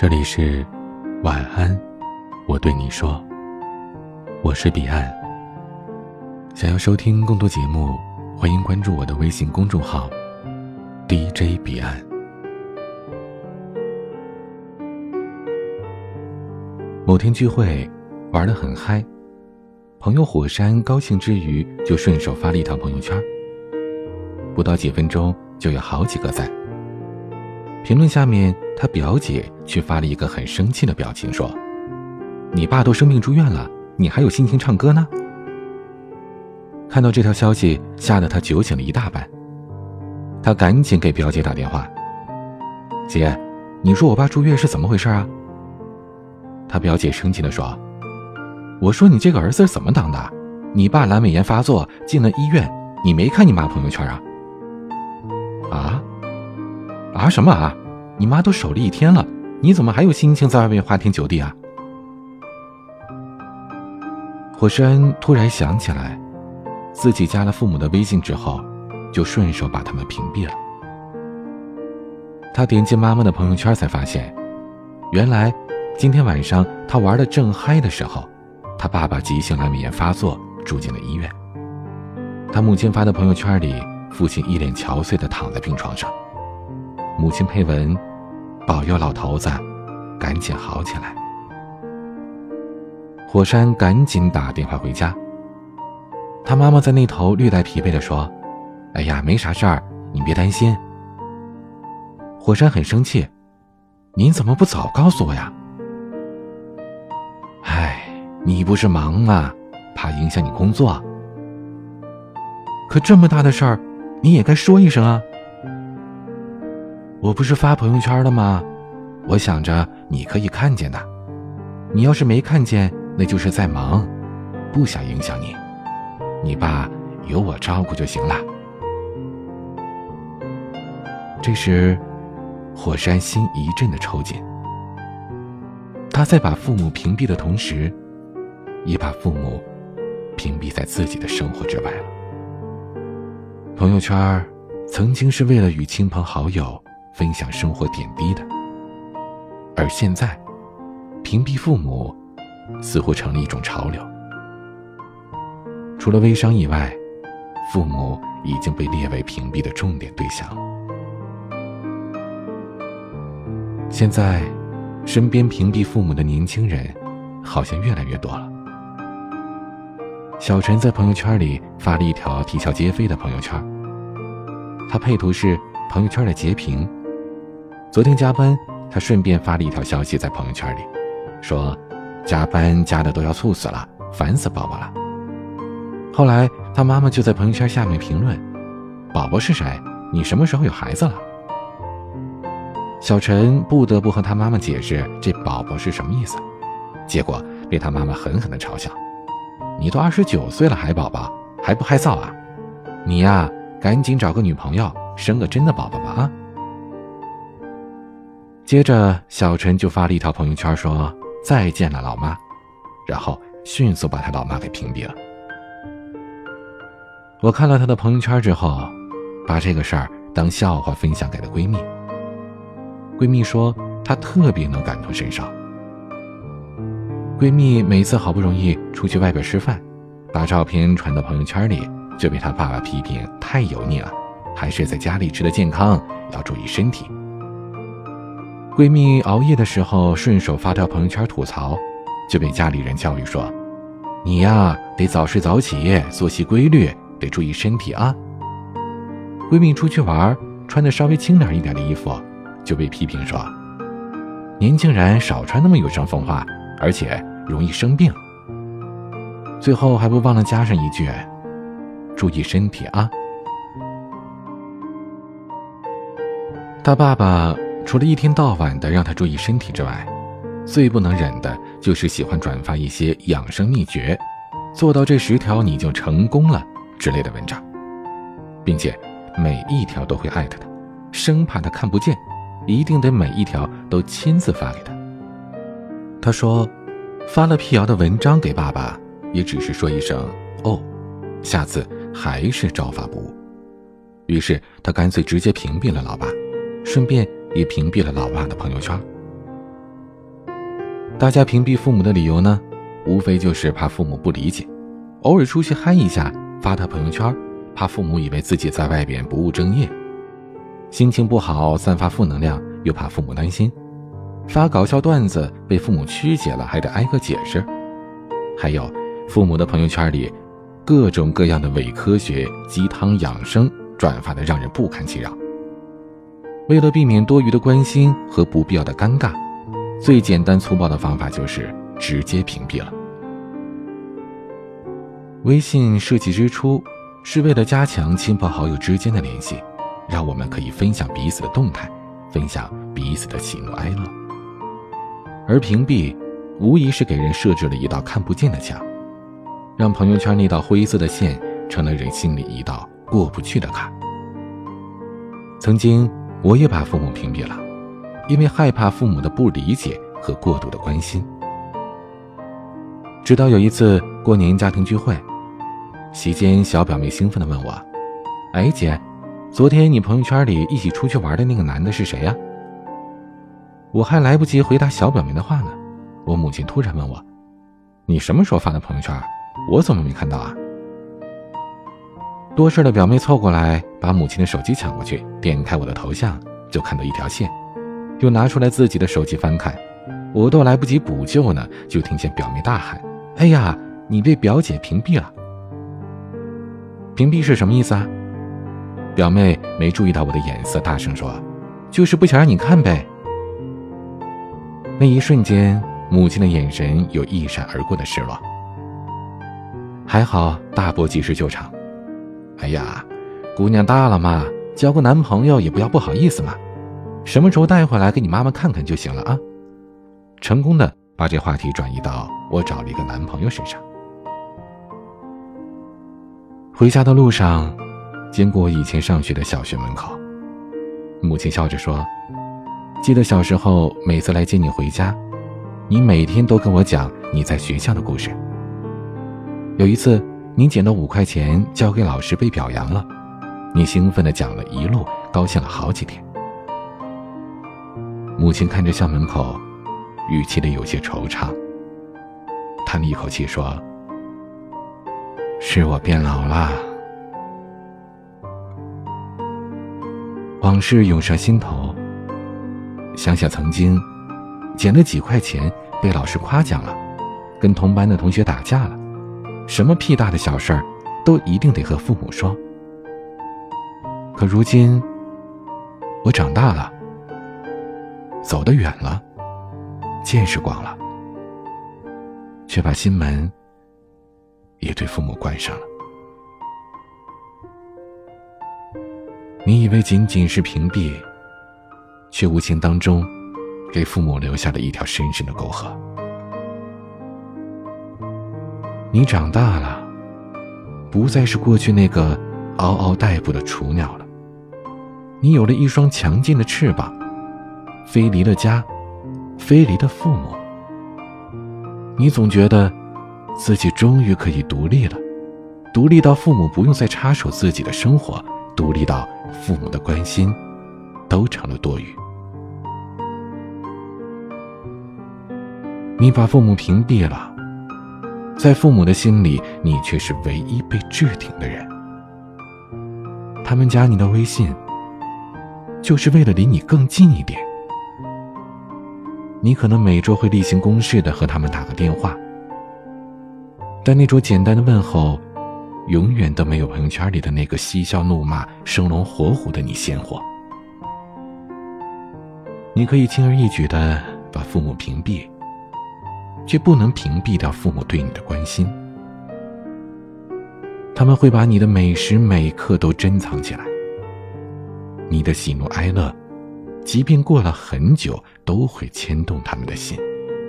这里是晚安，我对你说，我是彼岸。想要收听更多节目，欢迎关注我的微信公众号 DJ 彼岸。某天聚会玩得很嗨，朋友火山高兴之余就顺手发了一条朋友圈，不到几分钟就有好几个赞。评论下面他表姐却发了一个很生气的表情，说：你爸都生病住院了，你还有心情唱歌呢？看到这条消息，吓得他酒醒了一大半。他赶紧给表姐打电话：姐，你说我爸住院是怎么回事啊？他表姐生气地说：我说你这个儿子是怎么当的？你爸阑尾炎发作进了医院，你没看你妈朋友圈啊？什么啊？你妈都守了一天了，你怎么还有心情在外面花天酒地啊？火山突然想起来，自己加了父母的微信之后，就顺手把他们屏蔽了。他点进妈妈的朋友圈才发现，原来今天晚上他玩得正嗨的时候，他爸爸急性阑尾炎发作住进了医院。他母亲发的朋友圈里，父亲一脸憔悴地躺在病床上，母亲配文：保佑老头子赶紧好起来。火山赶紧打电话回家，他妈妈在那头略带疲惫地说：哎呀，没啥事儿，你别担心。火山很生气：您怎么不早告诉我呀？你不是忙吗？怕影响你工作。可这么大的事儿，你也该说一声啊。我不是发朋友圈了吗？我想着你可以看见的，你要是没看见，那就是在忙，不想影响你，你爸有我照顾就行了。这时火山心一阵的抽筋，他在把父母屏蔽的同时，也把父母屏蔽在自己的生活之外了。朋友圈曾经是为了与亲朋好友分享生活点滴的，而现在屏蔽父母似乎成了一种潮流。除了微商以外，父母已经被列为屏蔽的重点对象了。现在身边屏蔽父母的年轻人好像越来越多了。小陈在朋友圈里发了一条啼笑皆非的朋友圈，他配图是朋友圈的截屏。昨天加班，他顺便发了一条消息在朋友圈里，说加班加的都要猝死了，烦死宝宝了。后来他妈妈就在朋友圈下面评论：宝宝是谁？你什么时候有孩子了？小陈不得不和他妈妈解释这宝宝是什么意思，结果被他妈妈狠狠地嘲笑：你都29岁了还宝宝，还不害臊啊？你呀，赶紧找个女朋友，生个真的宝宝吧啊！接着小陈就发了一条朋友圈说再见了老妈，然后迅速把他老妈给屏蔽了。我看了他的朋友圈之后，把这个事儿当笑话分享给了闺蜜。闺蜜说她特别能感同身受。闺蜜每次好不容易出去外边吃饭，把照片传到朋友圈里，就被她爸爸批评太油腻了，还是在家里吃的健康，要注意身体。闺蜜熬夜的时候顺手发条朋友圈吐槽，就被家里人教育说：你呀，得早睡早起，作息规律，得注意身体啊。闺蜜出去玩，穿的稍微轻点一点的衣服，就被批评说：年轻人少穿那么有伤风化，而且容易生病。最后还不忘了加上一句：注意身体啊。他爸爸除了一天到晚的让他注意身体之外，最不能忍的就是喜欢转发一些养生秘诀，做到这10条你就成功了之类的文章，并且每一条都会艾特他，生怕他看不见，一定得每一条都亲自发给他。他说发了辟谣的文章给爸爸，也只是说一声哦，下次还是照发不误。于是他干脆直接屏蔽了老爸，顺便也屏蔽了老爸的朋友圈。 大家屏蔽父母的理由呢，无非就是怕父母不理解，偶尔出去嗨一下，发他朋友圈，怕父母以为自己在外边不务正业，心情不好散发负能量，又怕父母担心，发搞笑段子被父母曲解了，还得挨个解释。还有父母的朋友圈里各种各样的伪科学、鸡汤养生转发的让人不堪其扰。为了避免多余的关心和不必要的尴尬，最简单粗暴的方法就是直接屏蔽了。微信设计之初是为了加强亲朋好友之间的联系，让我们可以分享彼此的动态，分享彼此的喜怒哀乐。而屏蔽无疑是给人设置了一道看不见的墙，让朋友圈那道灰色的线成了人心里一道过不去的坎。曾经我也把父母屏蔽了，因为害怕父母的不理解和过度的关心。直到有一次过年家庭聚会，席间小表妹兴奋地问我：哎姐，昨天你朋友圈里一起出去玩的那个男的是谁呀？我还来不及回答小表妹的话呢，我母亲突然问我：你什么时候发的朋友圈？我怎么没看到啊？多事的表妹凑过来，把母亲的手机抢过去，点开我的头像，就看到一条线，又拿出来自己的手机翻看，我都来不及补救呢，就听见表妹大喊：哎呀，你被表姐屏蔽了。屏蔽是什么意思啊？表妹没注意到我的眼色，大声说：就是不想让你看呗。那一瞬间，母亲的眼神有一闪而过的失落。还好大伯及时救场。哎呀，姑娘大了嘛，交个男朋友也不要不好意思嘛，什么时候带回来给你妈妈看看就行了啊。成功的把这话题转移到我找了一个男朋友身上。回家的路上，经过我以前上学的小学门口，母亲笑着说：记得小时候每次来接你回家，你每天都跟我讲你在学校的故事。有一次你捡到5块钱交给老师被表扬了，你兴奋地讲了一路，高兴了好几天。母亲看着校门口，语气里有些惆怅，叹了一口气说：是我变老了。往事涌上心头，想想曾经捡了几块钱被老师夸奖了，跟同班的同学打架了，什么屁大的小事儿都一定得和父母说。可如今我长大了，走得远了，见识广了，却把心门也对父母关上了。你以为仅仅是屏蔽，却无形当中给父母留下了一条深深的沟壑。你长大了，不再是过去那个嗷嗷待哺的雏鸟了，你有了一双强劲的翅膀，飞离了家，飞离了父母。你总觉得自己终于可以独立了，独立到父母不用再插手自己的生活，独立到父母的关心都成了多余。你把父母屏蔽了，在父母的心里，你却是唯一被置顶的人。他们加你的微信，就是为了离你更近一点。你可能每周会例行公事地和他们打个电话，但那种简单的问候，永远都没有朋友圈里的那个嬉笑怒骂、生龙活虎的你鲜活。你可以轻而易举地把父母屏蔽，却不能屏蔽掉父母对你的关心。他们会把你的每时每刻都珍藏起来，你的喜怒哀乐，即便过了很久，都会牵动他们的心。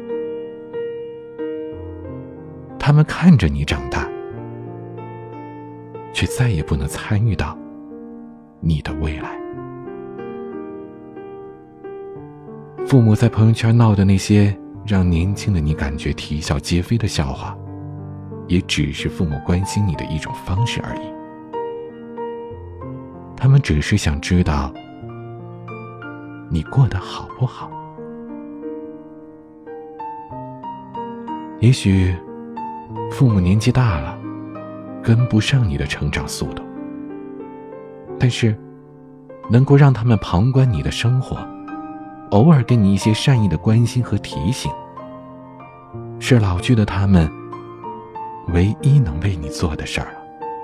他们看着你长大，却再也不能参与到你的未来。父母在朋友圈闹的那些让年轻的你感觉啼笑皆非的笑话，也只是父母关心你的一种方式而已。他们只是想知道你过得好不好。 也许父母年纪大了，跟不上你的成长速度，但是能够让他们旁观你的生活，偶尔给你一些善意的关心和提醒，是老去的他们唯一能为你做的事儿了。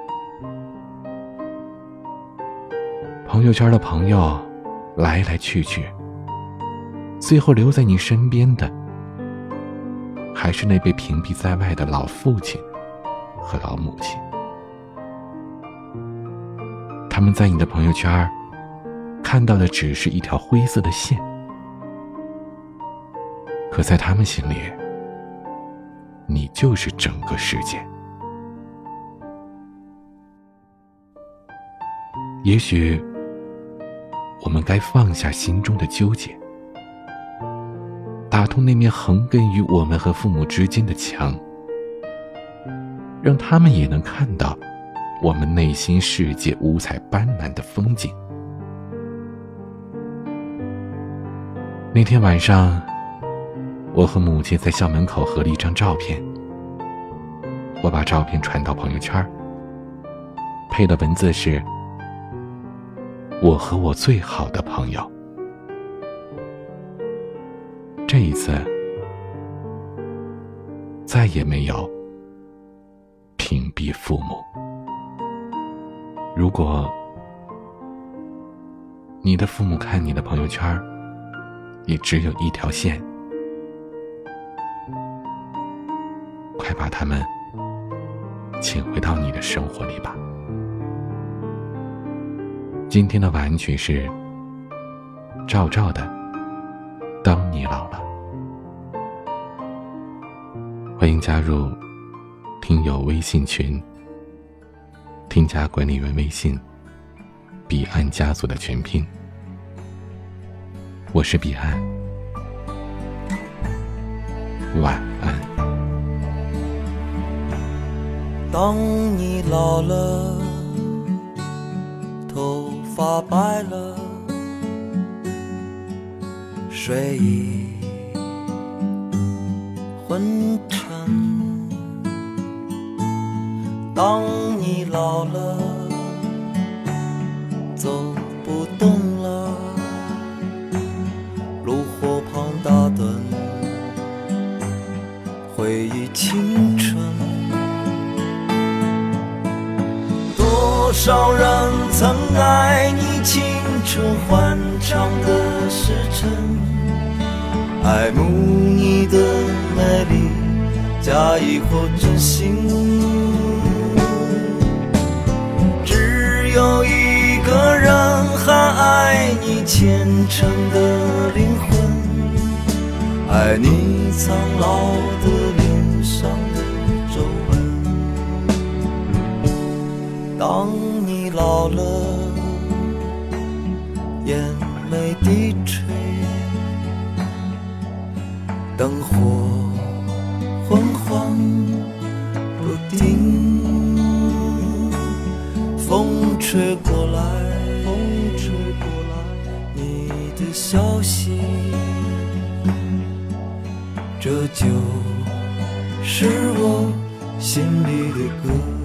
朋友圈的朋友来来去去，最后留在你身边的还是那被屏蔽在外的老父亲和老母亲。他们在你的朋友圈看到的只是一条灰色的线，可在他们心里，你就是整个世界。也许我们该放下心中的纠结，打通那面横亘于我们和父母之间的墙，让他们也能看到我们内心世界五彩斑斓的风景。那天晚上，我和母亲在校门口合了一张照片，我把照片传到朋友圈，配的文字是：我和我最好的朋友。这一次再也没有屏蔽父母。如果你的父母看你的朋友圈也只有一条线，快把他们请回到你的生活里吧。今天的晚安曲是赵照的《当你老了》。欢迎加入听友微信群，添加管理员微信彼岸家族的全拼。我是彼岸，晚安。 当你老了，头发白了，睡意昏沉。当你老了，走不动了，炉火旁打盹，回忆青春。多少人曾爱你青春欢畅的时辰，爱慕你的美丽，假意或真心。只有一个人还爱你虔诚的灵魂，爱你苍老的脸上的皱纹。当你老了，眼眉低垂，灯火昏黄不定，风吹过来，你的消息，这就是我心里的歌。